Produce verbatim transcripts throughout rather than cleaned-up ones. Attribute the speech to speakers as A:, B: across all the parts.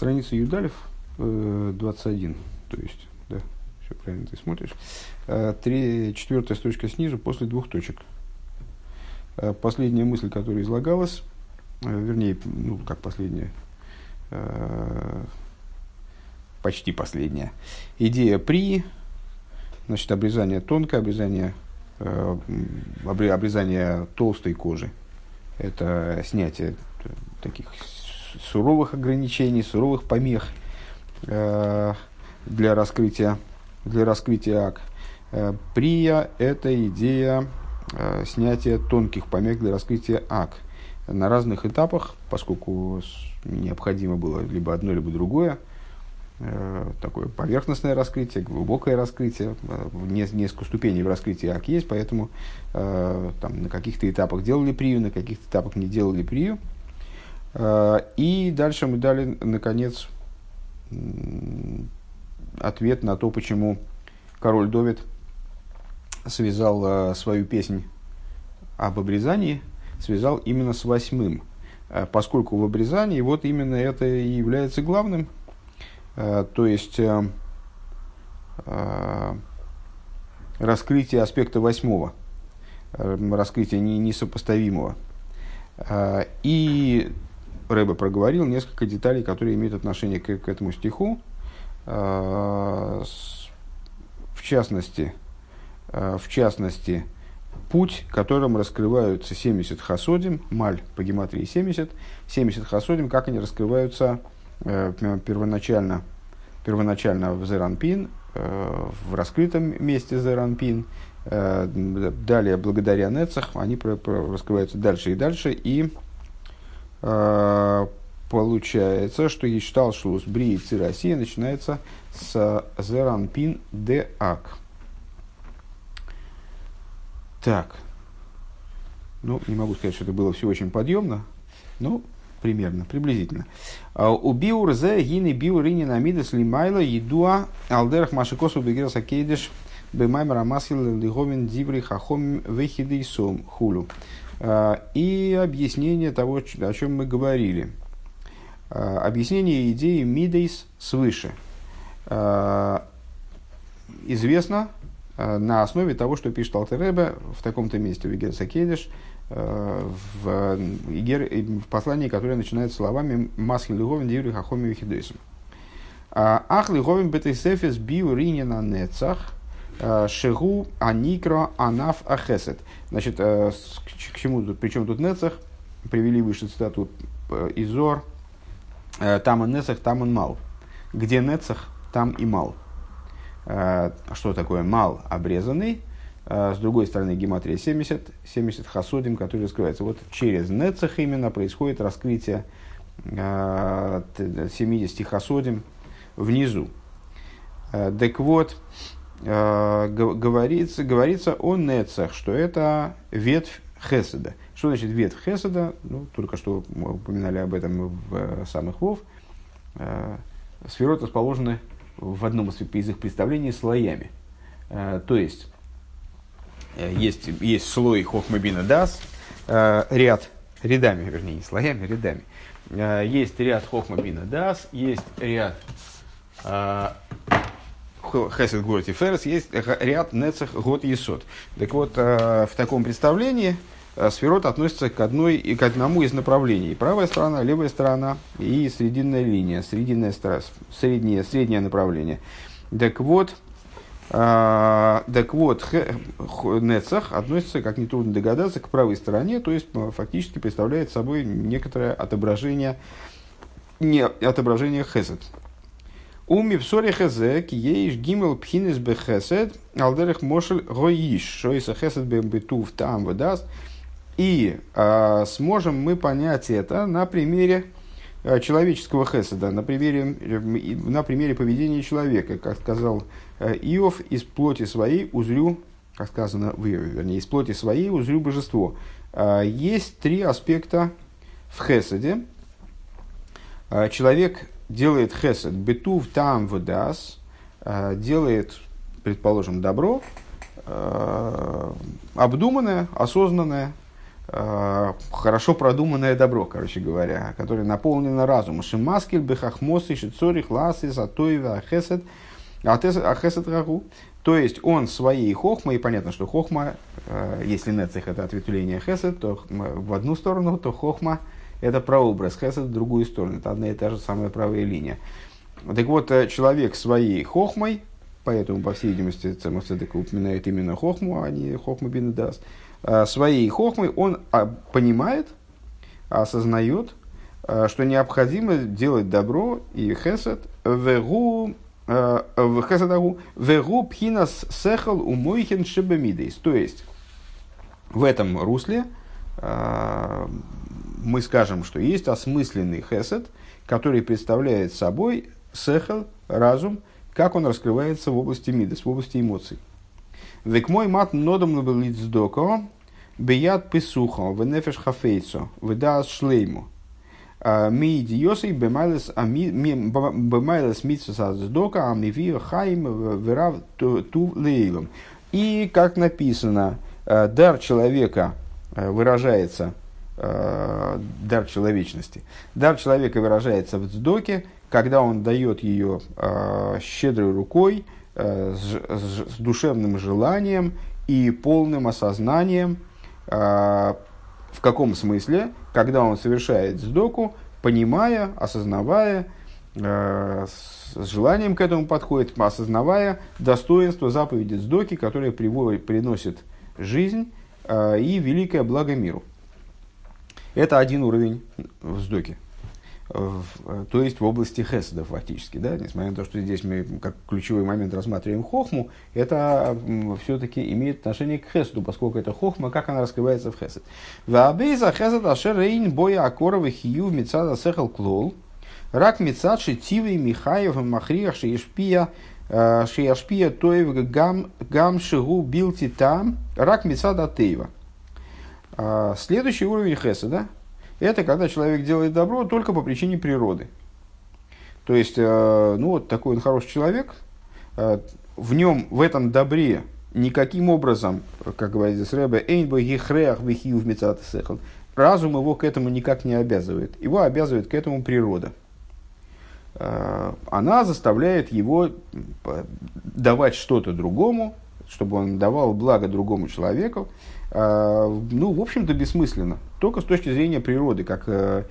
A: страница Юдалев, двадцать один, то есть, да, все правильно ты смотришь. Три, четвертая строчка снизу, после двух точек. Последняя мысль, которая излагалась, вернее, ну, как последняя, почти последняя. Идея при, значит, обрезание тонкое, обрезание, обрезание толстой кожи. Это снятие таких суровых ограничений, суровых помех для раскрытия, для раскрытия ак. Прия – это идея снятия тонких помех для раскрытия ак. На разных этапах, поскольку необходимо было либо одно, либо другое, такое поверхностное раскрытие, глубокое раскрытие, несколько ступеней в раскрытии ак есть, поэтому там, на каких-то этапах делали прию, на каких-то этапах не делали прию. И дальше мы дали, наконец, ответ на то, почему король Довид связал свою песнь об обрезании, связал именно с восьмым, поскольку в обрезании вот именно это и является главным, то есть раскрытие аспекта восьмого, раскрытие несопоставимого. И Рэбе проговорил несколько деталей, которые имеют отношение к, к этому стиху. В частности, в частности, путь, которым раскрываются семьдесят хасодим, маль по гематрии семьдесят, семьдесят хасодим, как они раскрываются первоначально, первоначально в Зеранпин, в раскрытом месте Зеранпин, далее благодаря Нецах они раскрываются дальше и дальше, и получается, что Иштал Шлус Брии Цирасия начинается с Зеранпин де Ак. Так, ну, не могу сказать, что это было все очень подъемно, но примерно, приблизительно. У биур зе гины биур инин амидес лимайла едуа алдерах машикосу бегерса кейдеш бемаймер амасил лиговин диври хахом вехиды сом хулю. И объяснение того, о чем мы говорили. Объяснение идеи мидейс свыше. Известно на основе того, что пишет Алтер Ребе в таком-то месте в Игерса Кейдеш, в, в послании, которое начинается словами «Масхи лиговин диври хахоми вихидойсом». «Ах лиговин бетейсефес биу ринина нецах шегу аникро анаф ахесет». Значит, к чему тут, причем тут нецах? Привели выше цитату Изор. «Там и нецах, там и мал». Где нецах, там и мал. Что такое мал обрезанный? С другой стороны, гематрия семьдесят, семьдесят хасодим, который раскрывается. Вот через нецах именно происходит раскрытие семидесяти хасодим внизу. Так вот, говорится, говорится о нецах, что это ветвь хеседа. Что значит ветвь хеседа? Ну, только что мы упоминали об этом в самых вов. Сферот расположены в одном из их представлений слоями. То есть, есть, есть слой хохма бина дас, ряд, рядами, вернее, не слоями, рядами. Есть ряд хохма бина дас, есть ряд хесед год и ферес, есть ряд нецех год есот. Так вот, в таком представлении сферот относится к, одной, к одному из направлений. Правая сторона, левая сторона и срединная линия, срединная, среднее, среднее направление. Так вот, э, так вот нецах относится, как нетрудно догадаться, к правой стороне, то есть фактически представляет собой некоторое отображение, не, отображение хесед. Уми псори хезе киеиш гимел пхинес бе хесед алдерех мошель гоиш шоиса хесед бе бетув там выдаст. И э, сможем мы понять это на примере э, человеческого хеседа, на примере, на примере поведения человека. Как сказал э, Иов, из плоти своей узрю, как сказано в Иове, вернее, из плоти своей узрю божество. Э, есть три аспекта в хеседе. Э, человек делает хесед, бетув там вдас, э, делает, предположим, добро, э, обдуманное, осознанное, хорошо продуманное добро, короче говоря, которое наполнено разумом. Шимаскель бехахмосы шицорих ласы затоева ахесет ахесет рагу. То есть он своей хохмой, и понятно, что хохма, если нецех это ответвление хесед, то в одну сторону, то хохма это прообраз, хесед в другую сторону. Это одна и та же самая правая линия. Так вот, человек своей хохмой, поэтому, по всей видимости, Цемах Цедек упоминает именно хохму, а не хохму бин дас, своей хохмой он понимает, осознает, что необходимо делать добро и хесед, вегу, хеседагу, вегу пхинас сехал умойхен шебемидейс. То есть, в этом русле мы скажем, что есть осмысленный хесед, который представляет собой сехал, разум, как он раскрывается в области мидес, в области эмоций. Век мой мат нодом лабелит сдоко, беят писухо, венефеш хафейцо, ведаас шлейму. Ми идиосей бемайлес митсуса сдока, а мивир хайм верав ту лейлом. И, как написано, дар человека выражается, дар человечности, дар человека выражается в сдоке, когда он дает ее щедрой рукой, С, с душевным желанием и полным осознанием, э, в каком смысле, когда он совершает сдоку, понимая, осознавая, э, с, с желанием к этому подходит, осознавая достоинство заповеди сдоки, которая приводит, приносит жизнь э, и великое благо миру. Это один уровень в сдоке. В, то есть в области хеседа фактически, да? Несмотря на то, что здесь мы как ключевой момент рассматриваем хохму, это все-таки имеет отношение к хеседу, поскольку это хохма, как она раскрывается в хесед. Ваабейза хесед ашер рейн боя акоровы хию мицада сехал клол, рак мицад шитивый михаев махриях шиешпия шиешпия тоев гам гам шигу билти там рак мицада тейва. Следующий уровень хеседа — это когда человек делает добро только по причине природы. То есть, ну вот такой он хороший человек, в нем, в этом добре никаким образом, как говорит здесь Ребе, разум его к этому никак не обязывает. Его обязывает к этому природа. Она заставляет его давать что-то другому, чтобы он давал благо другому человеку. Ну, в общем-то, бессмысленно. Только с точки зрения природы, как, э,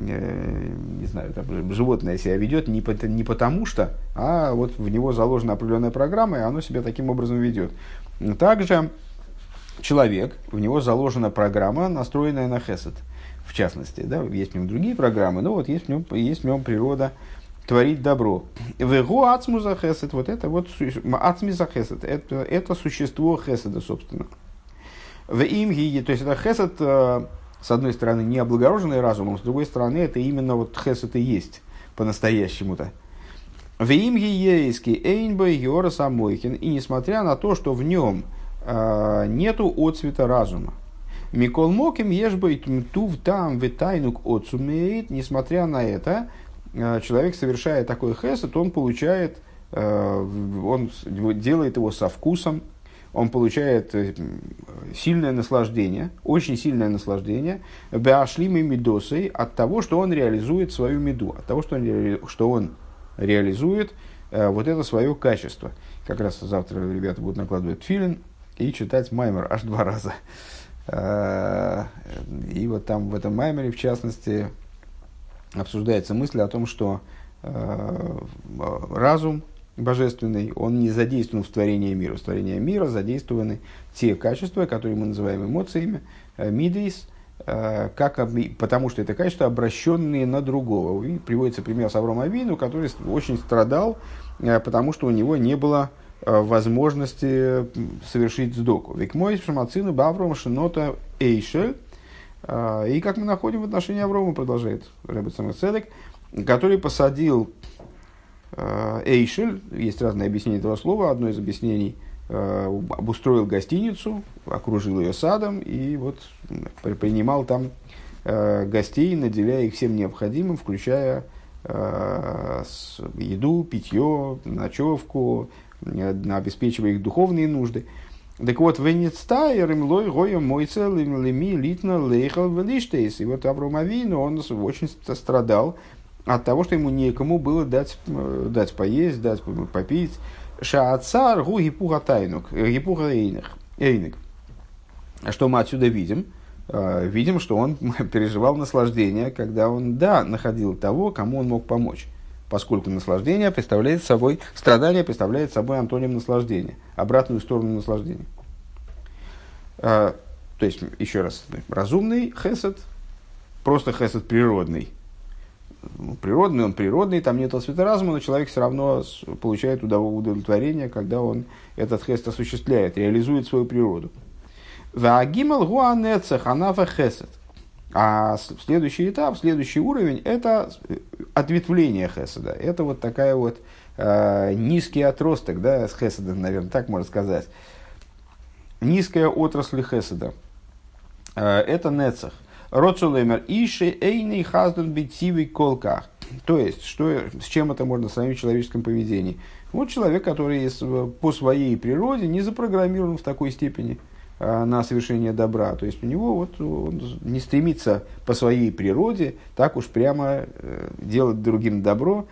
A: не знаю, там, животное себя ведет не, по, не потому что, а вот в него заложена определенная программа, и оно себя таким образом ведет. Также человек, в него заложена программа, настроенная на хесед, в частности. Да, есть в нем другие программы, но вот есть в нем, есть в нем природа творить добро. Вегу ацму за хесед, вот это вот, ацми за хесед, это, это существо хеседа, собственно. В имги, то есть это хесед, с одной стороны, не облагороженный разумом, с другой стороны, это именно вот хесед и есть по-настоящему-то. В имги ейский эйнбой геора самойхин, и несмотря на то, что в нем э, нету отцвета разума, микол моким ешбой тув там витайнук отцумеет, несмотря на это, э, человек, совершая такой хесед, он получает, э, он делает его со вкусом, он получает сильное наслаждение, очень сильное наслаждение, беашлимой мидосой, от того, что он реализует свою миду, от того, что он, что он реализует э, вот это свое качество. Как раз завтра ребята будут накладывать тфилин и читать маймер аж два раза. Э, и вот там в этом маймере, в частности, обсуждается мысль о том, что э, разум божественный, он не задействован в творении мира. В творении мира задействованы те качества, которые мы называем эмоциями, мидейс, как, потому что это качества, обращенные на другого. И приводится пример с Авраамом Авину, который очень страдал, потому что у него не было возможности совершить сдоку. Век мой шамацину бавром шинота эйшель. И как мы находим в отношении Аврома, продолжает Ребе Цемах Цедек, который посадил Эйшель, есть разные объяснения этого слова. Одно из объяснений э, обустроил гостиницу, окружил ее садом и вот принимал там э, гостей, наделяя их всем необходимым, включая э, с, еду, питье, ночевку, э, обеспечивая их духовные нужды. Так вот, венецтайр им лой гоя мойца лими литна лейхал велиштейс. И вот Авраам Авину, он очень страдал от того, что ему некому было дать, дать поесть, дать попить. Шаацар гу гипуха тайнук, гипуха эйник. Что мы отсюда видим? Видим, что он переживал наслаждение, когда он, да, находил того, кому он мог помочь. Поскольку наслаждение представляет собой, страдание представляет собой антоним наслаждения, обратную сторону наслаждения. То есть, еще раз, разумный хесед, просто хесед природный. Природный, он природный, там нет цвета разума, но человек все равно получает удовлетворение, когда он этот хесед осуществляет, реализует свою природу. Ваагимал гуанецех анафа хесед. А следующий этап, следующий уровень – это ответвление хеседа. Это вот такая вот э, низкий отросток, да, с хеседом, наверное, так можно сказать. Низкая отрасль хеседа. Э, это нецех. Роцулеймер иши эйный хаздун битсивый колках. То есть, что, с чем это можно сравнить в человеческом поведении? Вот человек, который по своей природе не запрограммирован в такой степени на совершение добра. То есть у него вот, он не стремится по своей природе так уж прямо э, делать другим добро.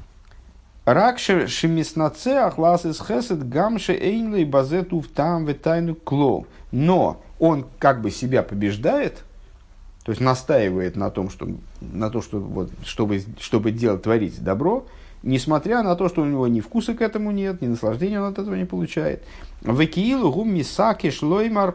A: Ракши шемиснаце ахлас из хесед гамше эйнлей базету в там ветайну кло. Но он как бы себя побеждает, то есть настаивает на том, что, на то, что вот, чтобы, чтобы делать, творить добро, несмотря на то, что у него ни вкуса к этому нет, ни наслаждения он от этого не получает. Векиилу гум мисаки шлоймар,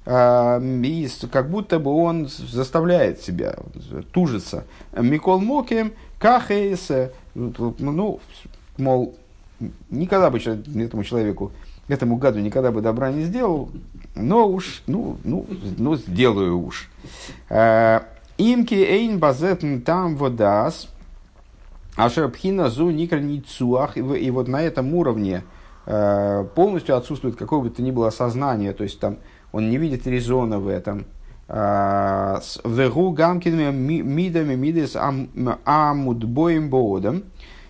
A: как будто бы он заставляет себя тужиться. Микол мокем кахейсе, ну, мол, никогда бы этому человеку, этому гаду никогда бы добра не сделал, но уж, ну, ну, ну сделаю уж. Имки эйн базетн там водас, ашерпхина зу никраницуах, и вот на этом уровне полностью отсутствует какое бы то ни было сознание, то есть там он не видит резона в этом. Вегу гамкин мидами мидес амудбоим боодом.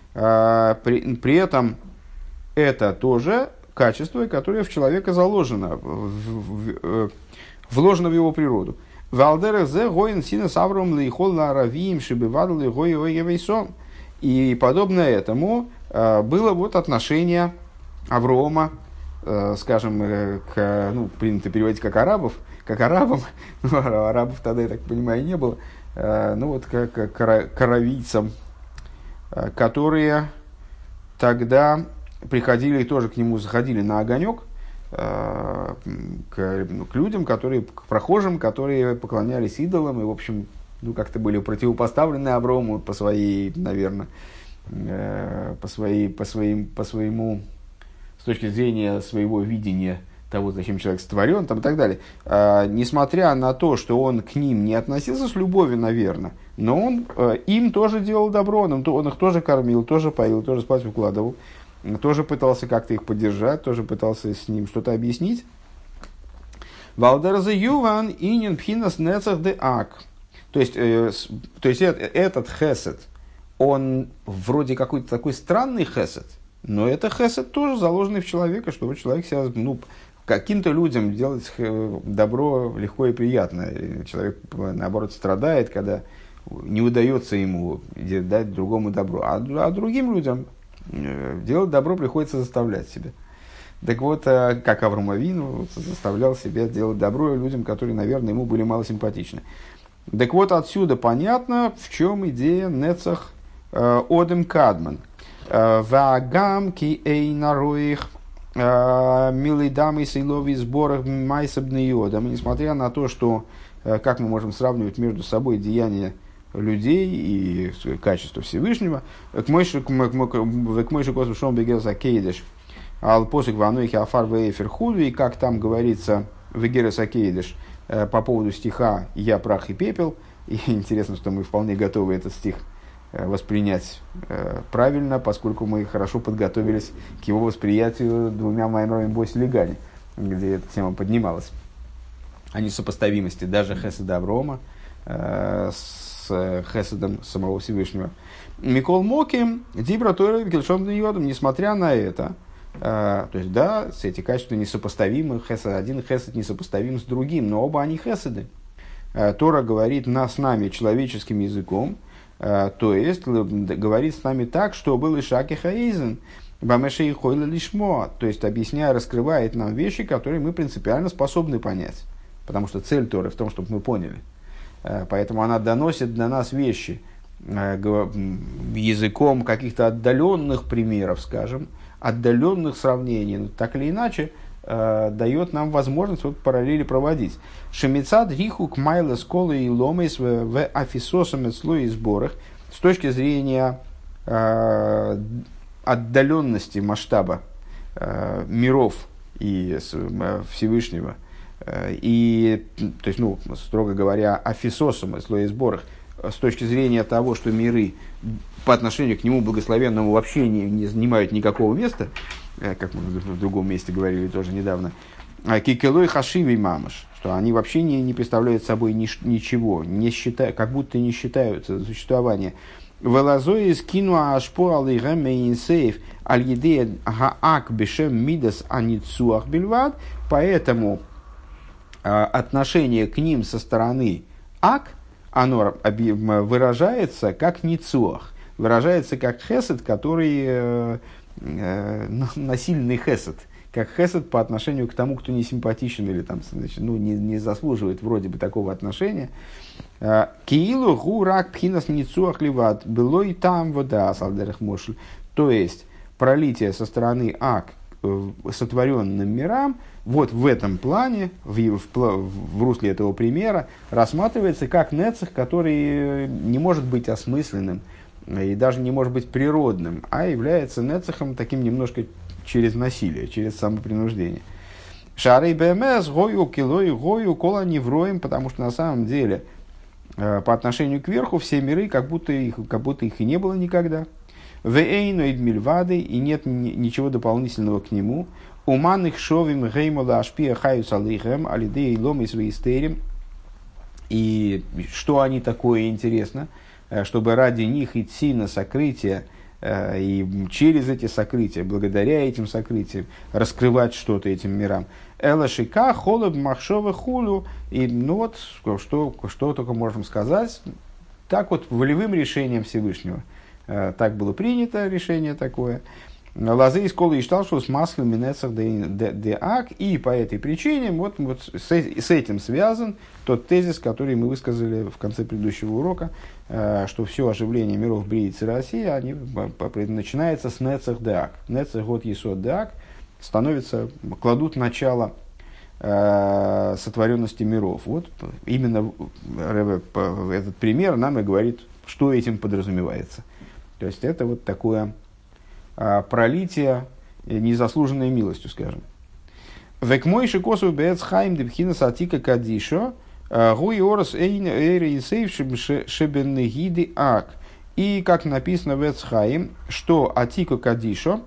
A: При этом это тоже качество, которое в человека заложено, вложено в его природу. И подобно этому было вот отношение Аврома, скажем, к, ну, принято переводить как арабов, как арабам, ну, арабов тогда, я так понимаю, не было, ну вот как к аравийцам, которые тогда приходили тоже к нему, заходили на огонек, к, ну, к людям, которые, к прохожим, которые поклонялись идолам и, в общем, ну, как-то были противопоставлены Аврому по своей, наверное, по своей, по своим, по своему, с точки зрения своего видения того, зачем человек сотворен, там, и так далее. А, несмотря на то, что он к ним не относился с любовью, наверное, но он а, им тоже делал добро, он, он их тоже кормил, тоже поил, тоже спать укладывал, тоже пытался как-то их поддержать, тоже пытался с ним что-то объяснить. Валдерзе юван инин пхинас нецах де ак. То есть, э, то есть этот, этот хесед, он вроде какой-то такой странный хесед, но это хесед тоже заложенный в человека, чтобы человек себя, ну, каким-то людям делать добро легко и приятно. Человек, наоборот, страдает, когда не удается ему дать другому добро. А, а другим людям делать добро приходится заставлять себя. Так вот, как Авраам Авину заставлял себя делать добро людям, которые, наверное, ему были мало симпатичны. Так вот, отсюда понятно, в чем идея нецах одем кадман. Ваагам ки эйнароих милидам и сейлови сборах майсабный йодам. Несмотря на то, что, как мы можем сравнивать между собой деяния людей и качество Всевышнего, к мойши косу шом бегелса кейдеш ал посик вануихи афар вейфер худу, и как там говорится в Гераса кейдеш по поводу стиха «Я прах и пепел». И интересно, что мы вполне готовы этот стих воспринять правильно, поскольку мы хорошо подготовились к его восприятию двумя майморами Боси Легани, где эта тема поднималась. О несопоставимости даже Хеседа Аврома с Хеседом самого Всевышнего. Микол Моки, Дибра Тойра, Гельшом Йодом, несмотря на это, То есть, да, эти качества несопоставимы, хесед, один хесед несопоставим с другим, но оба они хеседы. Тора говорит на, с нами человеческим языком, то есть говорит с нами так, что был и шаки хаизен, бамеши и хойла лишмо, то есть объясняя, раскрывает нам вещи, которые мы принципиально способны понять, потому что цель Торы в том, чтобы мы поняли. Поэтому она доносит до нас вещи языком каких-то отдаленных примеров, скажем, отдаленных сравнений, но так или иначе э, дает нам возможность вот параллели проводить. Шемицад риху к майле сколы и ломейс в афисосом и сборах с точки зрения э, отдаленности масштаба э, миров и э, Всевышнего, э, и, то есть, ну, строго говоря, афисосом и сборах, с точки зрения того, что миры по отношению к нему благословенному вообще не, не занимают никакого места, как мы в другом месте говорили тоже недавно, кикелой хашиви мамаш, что они вообще не, не представляют собой ни, ничего, не считают, как будто не считаются за существование. Велазои скину ашпо алейгем мейнсейф аль-едея гаак бешем мидас аницуах бельвад, поэтому отношение к ним со стороны ак, оно выражается как ницуах, выражается как хесед, который э, э, насильный хесед, как хесед по отношению к тому, кто не симпатичен или там, значит, ну, не, не заслуживает вроде бы такого отношения. Киилу гурак пхинас ницуах ливат было и там вода салдерах мошель. То есть пролитие со стороны ак сотворенным мирам, вот в этом плане, в, в, в русле этого примера, рассматривается как нецех, который не может быть осмысленным и даже не может быть природным, а является нецехом таким немножко через насилие, через самопринуждение. Шарей БМС, гою, килой, гою, кола невроем, потому что на самом деле по отношению к верху все миры, как будто их, как будто их и не было никогда. Вейноид мильвады, и нет ничего дополнительного к нему. Уман их шовим геймола ашпия хаюс алейхем алидей ломис вейстерим. И что они такое, интересно, чтобы ради них идти на сокрытие, и через эти сокрытия, благодаря этим сокрытиям, раскрывать что-то этим мирам. Элашика, холод, махшова, хулю. И ну вот, что, что только можем сказать, так вот, волевым решением Всевышнего. Так было принято решение такое. Лазы из колы и шталшу с маслом минецах де ак. И по этой причине вот, вот с, с этим связан тот тезис, который мы высказали в конце предыдущего урока, что все оживление миров Бриицы России они, начинается с нецах де ак. Нецах год есод де ак становится, кладут начало э, сотворенности миров. Вот именно этот пример нам и говорит, что этим подразумевается. То есть это вот такое а, пролитие незаслуженной милостью, скажем. Век мой шикосу бец хайм дебхина сатика кадишо гуи орос эйн эйри сейв шебеннегиды ак. И как написано в Эцхаим, что атика кадишо,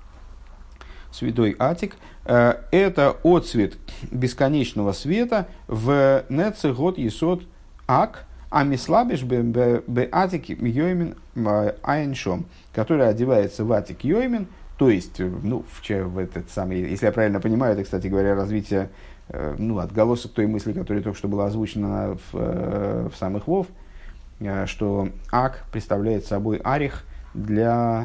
A: святой Атик, это отцвет бесконечного света в нецех год есод ак, а мислабиш бе атик йоймин айншом, который одевается в атик йоймин, то есть, ну, в, в этот самый, если я правильно понимаю, это, кстати говоря, развитие, ну, отголосок той мысли, которая только что была озвучена в, в самых Вов, что ак представляет собой арих для,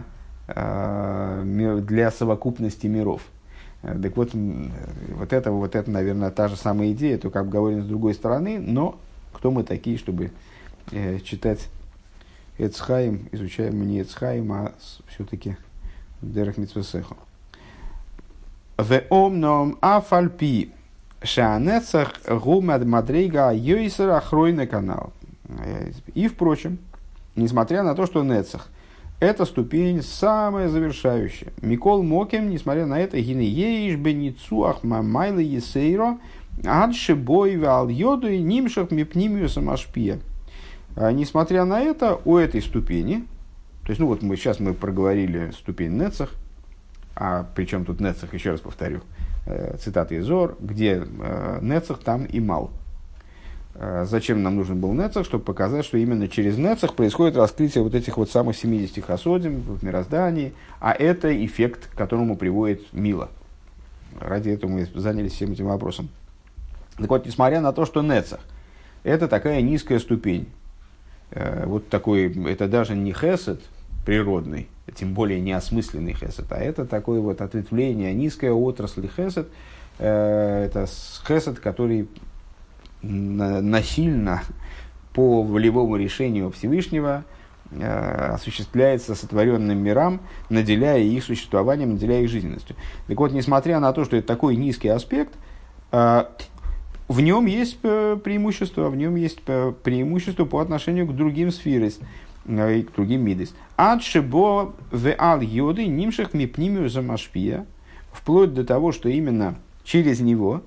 A: для совокупности миров. Так вот, вот это, вот это, наверное, та же самая идея, только обговорена с другой стороны, но кто мы такие, чтобы э, читать Эцхаим, изучаем мы не Эцхаим, а все-таки Дерех Мицвесехо. В омном афальпи шаанецах гумад мадрейга йойсер ахройный канал. И, впрочем, несмотря на то, что нецах – это ступень самая завершающая. Микол Мокем, несмотря на это, гине еиш беницуах мамайлы есейро адши бой вал йоду и нимшах мипнимию самашпия. Несмотря на это, у этой ступени, то есть, ну вот мы сейчас мы проговорили ступень нецах, а причем тут нецах, еще раз повторю, цитата из Зор, где нецах, там и мал. Зачем нам нужен был Нецах? Чтобы показать, что именно через Нецах происходит раскрытие вот этих вот самых семидесяти хасодим в мироздании, а это эффект, к которому приводит Мила. Ради этого мы занялись всем этим вопросом. Так вот, несмотря на то, что Нецах – это такая низкая ступень, вот такой, это даже не хесед природный, тем более неосмысленный хесед, а это такое вот ответвление, низкая отрасль хесед, это хесед, который насильно по волевому решению Всевышнего осуществляется сотворенным мирам, наделяя их существованием, наделяя их жизненностью. Так вот, несмотря на то, что это такой низкий аспект, в нем есть преимущество, в нем есть преимущество по отношению к другим сферам и к другим мидес. Ад шебо в ал йоды нимших мипнимию замашпия, вплоть до того, что именно через него,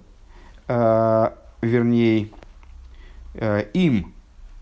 A: вернее, им,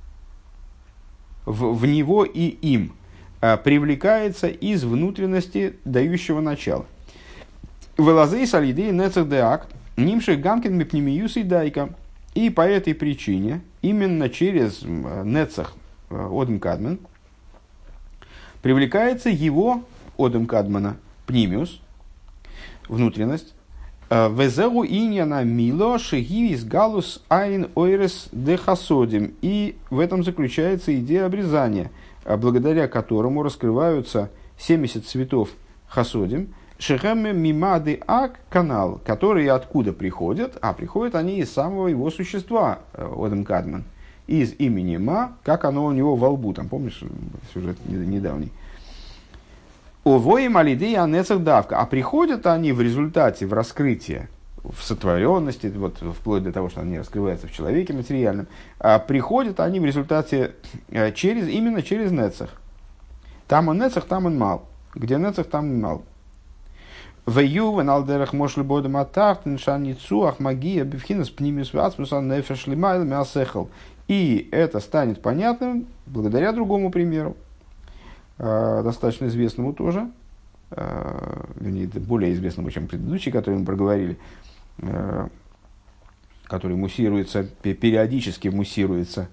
A: в, в него и им привлекается из внутренности дающего начала. Велазей салидей нецех деак нимших гамкин мипнимиюс и дайка. И по этой причине, именно через нецех одем кадмен, привлекается его одем кадмана пнимиус, внутренность, везеру иньяна мило шегивис галус айн ойрес де хасодим. И в этом заключается идея обрезания, благодаря которому раскрываются семьдесят цветов хасодим, шехемме мимады ак канал, которые откуда приходят, а приходят они из самого его существа, одем кадман, из имени Ма, как оно у него во лбу, там помнишь сюжет недавний. Овоим алидея нецех давка. А приходят они в результате, в раскрытии, в сотворенности, вот, вплоть до того, что они раскрываются в человеке материальном, а приходят они в результате через, именно через нецех. Там он нецех, там он мал. Где нецех, там он мал. Ваю веналдерах мошли бодам атарт ншаницуах магия бифхинас пнимис вацмусан нефеш лимайл мясехал. И это станет понятным благодаря другому примеру, достаточно известному тоже, вернее, более известному, чем предыдущий, который мы проговорили, который муссируется, периодически муссируется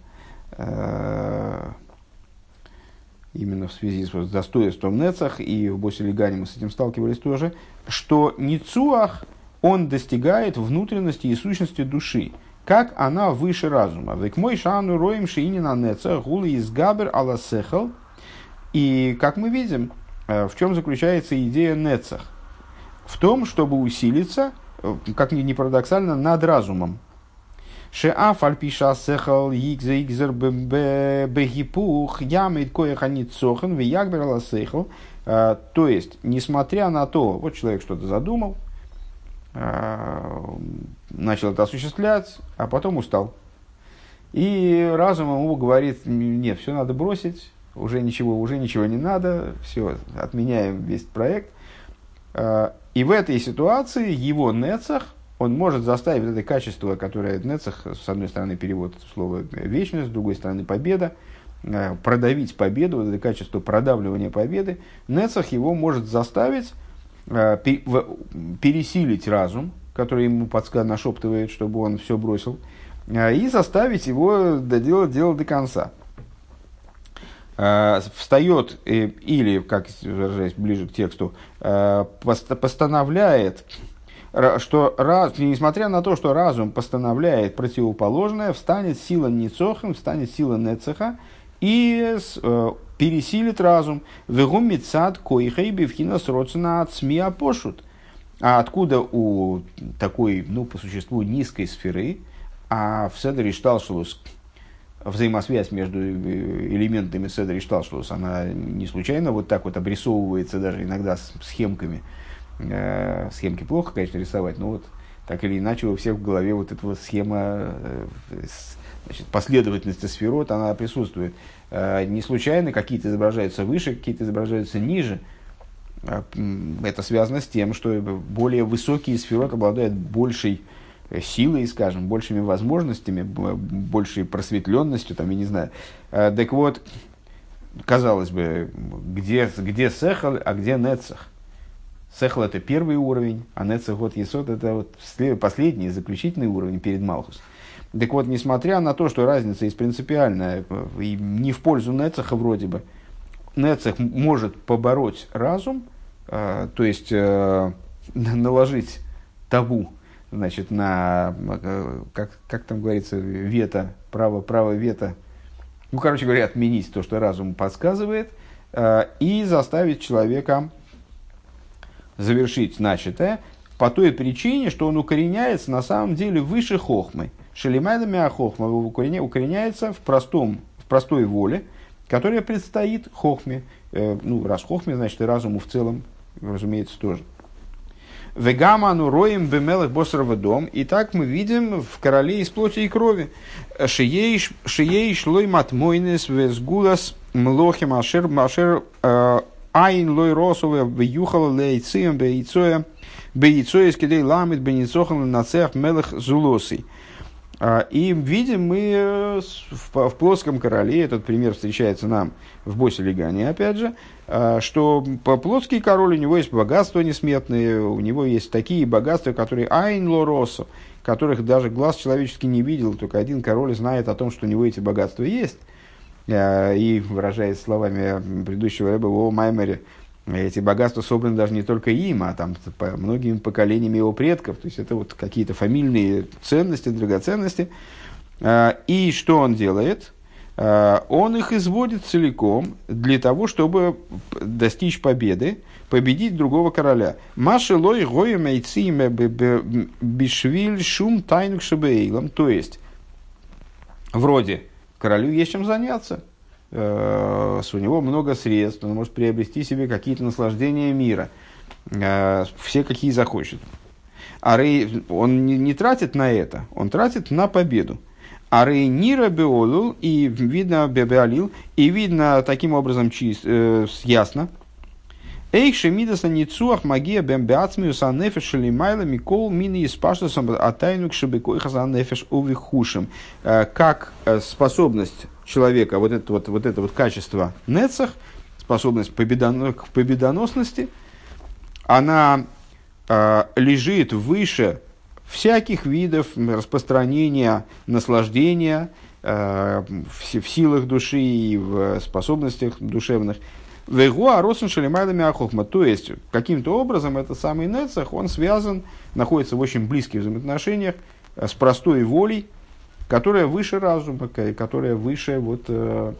A: именно в связи с достоинством нецах, и в Босе Легане мы с этим сталкивались тоже, что ницуах, он достигает внутренности и сущности души, как она выше разума. Век мой шану роем шиинина нецах гулы из габер ала сехал. И, как мы видим, в чем заключается идея нецах? В том, чтобы усилиться, как ни парадоксально, над разумом. Шеаф альпиша сехал йигзе йгзер бегипух ямит коеха ницохан виягбер ала сехал. То есть, несмотря на то, вот человек что-то задумал, начал это осуществлять, а потом устал. И разум ему говорит: нет, все надо бросить, уже ничего, уже ничего не надо, все, отменяем весь проект. И в этой ситуации его нецах, он может заставить это качество, которое нецах, с одной стороны перевод слова вечность, с другой стороны победа, продавить победу, вот это качество продавливания победы, нецах его может заставить пересилить разум, который ему подсказывает, нашептывает, чтобы он все бросил, и заставить его доделать дело до конца. Встает или, как выражаясь ближе к тексту, постановляет, что несмотря на то, что разум постановляет противоположное, встанет сила ницохим, встанет сила нецеха и пересилит разум. Вегумицад коихей бивхинас роцена от смия пошут. А откуда у такой, ну, по существу, низкой сферы, а в Седер Ишталшелус взаимосвязь между элементами Седер Ишталшелус, она не случайно вот так вот обрисовывается даже иногда с схемками. Э, схемки плохо, конечно, рисовать, но вот так или иначе у всех в голове вот эта вот схема, значит, последовательности сферот, она присутствует. Э, не случайно какие-то изображаются выше, какие-то изображаются ниже. Это связано с тем, что более высокие сферот обладают большей силой, скажем, большими возможностями, большей просветленностью, там, я не знаю. Так вот, казалось бы, где, где сехал, а где нецах? Сехал — это первый уровень, а нецах вот есот — это вот последний, заключительный уровень перед Малхус. Так вот, несмотря на то, что разница есть принципиальная, и не в пользу Нецеха вроде бы, Нецех может побороть разум, э, то есть э, наложить табу, значит, на, э, как, как там говорится, вето, право, право вето, ну, короче говоря, отменить то, что разум подсказывает, э, и заставить человека завершить начатое по той причине, что он укореняется на самом деле выше хохмы. Шелимайда миа хохма укореняется в, простом, в простой воле, которая предстоит хохме. Э, ну, раз хохме, значит, и разуму в целом, разумеется, тоже. Вегаману роем бемелых босрова дом. И так мы видим в короле из плоти и крови. Шией шлой матмойнес везгулас млохим ашер машер айн лой росове вюхал лейцием бейцоя бейцоя скидей ламит беницохан нацех мелых зулосый. И видим мы в, в плоском короле, этот пример встречается нам в Босе Легане, опять же, что плоский король, у него есть богатства несметные, у него есть такие богатства, которые айн лоросо, которых даже глаз человеческий не видел, только один король знает о том, что у него эти богатства есть. И, выражаясь словами предыдущего рэба в Маймере, эти богатства собраны даже не только им, а там по многими поколениями его предков. То есть это вот какие-то фамильные ценности, драгоценности. И что он делает? Он их изводит целиком для того, чтобы достичь победы, победить другого короля. Маши лой гоя мейциме бишвиль шум тайнук шебейлам. То есть, вроде, королю есть чем заняться. У него много средств, он может приобрести себе какие-то наслаждения мира, все какие захочет. А рей, он не, не тратит на это, он тратит на победу. А рейнира беолул, и видно беалил, и видно таким образом чист, э, ясно. Эйх шемидаса ницуах магия бембеацмиус анефеш шелимайла микол мини испаштасом атайнук шебекойхас анефеш увихушим. Как способность человека, вот это вот, вот это вот качество нецах, способность победоно, к победоносности, она э, лежит выше всяких видов распространения наслаждения э, в, в силах души и в способностях душевных. Вегуа росен шелемайлами ахохма. То есть, каким-то образом этот самый нецах, он связан, находится в очень близких взаимоотношениях с простой волей, которая выше разума, которая выше вот, э,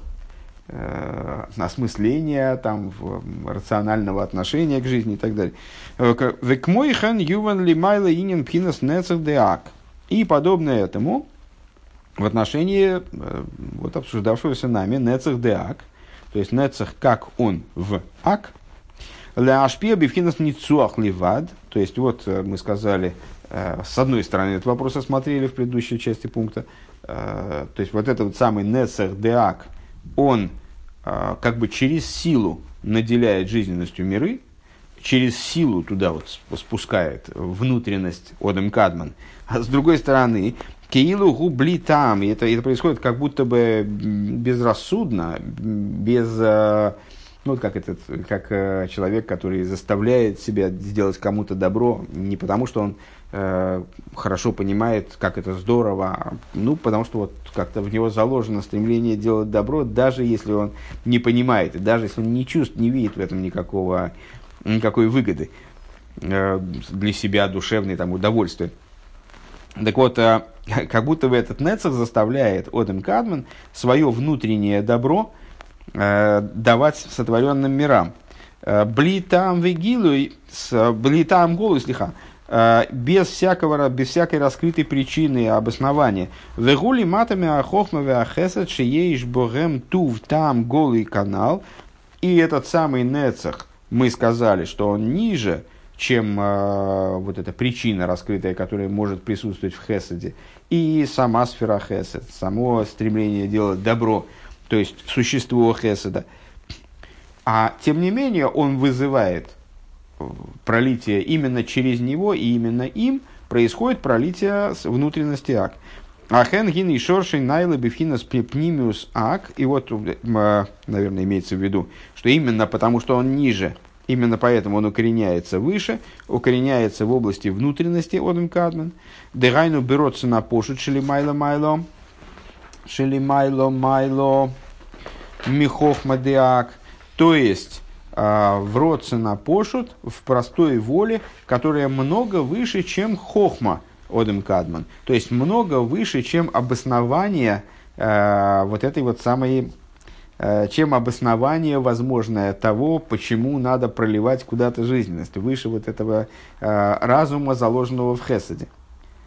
A: э, осмысления, там, рационального отношения к жизни и так далее. Векмойхан юван лимайла инин пхинас нецах деак. И подобное этому в отношении э, вот, обсуждавшегося нами нецах деак. То есть нецах, как он в ак. Ляшпия бифхинас ницуах ливад. То есть вот мы сказали, с одной стороны, этот вопрос осмотрели в предыдущей части пункта. То есть вот этот вот самый нецах деак, он как бы через силу наделяет жизненностью миры, через силу туда вот спускает внутренность Одем Кадман. А с другой стороны, Киилу губли там, и это, это происходит как будто бы безрассудно, без, ну, как, этот, как человек, который заставляет себя сделать кому-то добро, не потому что он э, хорошо понимает, как это здорово, а, ну, потому что вот как-то в него заложено стремление делать добро, даже если он не понимает, и даже если он не чувствует, не видит в этом никакого, никакой выгоды э, для себя, душевной там, удовольствия. Так вот, как будто бы этот нецах заставляет Одем Кадман свое внутреннее добро э, давать сотворенным мирам. Блитам вегилуй, блитам голу слиха, без всякого, без всякой раскрытой причины и обоснования. Вегули матами ахохмаве ахесад шиеиш богем тув там голый канал. И этот самый нецах, мы сказали, что он ниже, чем э, вот эта причина раскрытая, которая может присутствовать в хеседе, и сама сфера хесед, само стремление делать добро, то есть существо хеседа. А тем не менее он вызывает пролитие именно через него, и именно им происходит пролитие внутренности ак. Ахен гин и шоршей найлы бифхинас пнимиус ак. И вот, э, наверное, имеется в виду, что именно потому, что он ниже, Именно поэтому он укореняется выше, укореняется в области внутренности Одем Кадман. Дегайну берется на пошут шелимайло майло, шелимайло майло, михохма деак. То есть э, в родце на пошут, в простой воле, которая много выше, чем хохма Одем Кадман. То есть много выше, чем обоснование э, вот этой вот самой, чем обоснование возможное того, почему надо проливать куда-то жизненность, выше вот этого э, разума, заложенного в хесаде.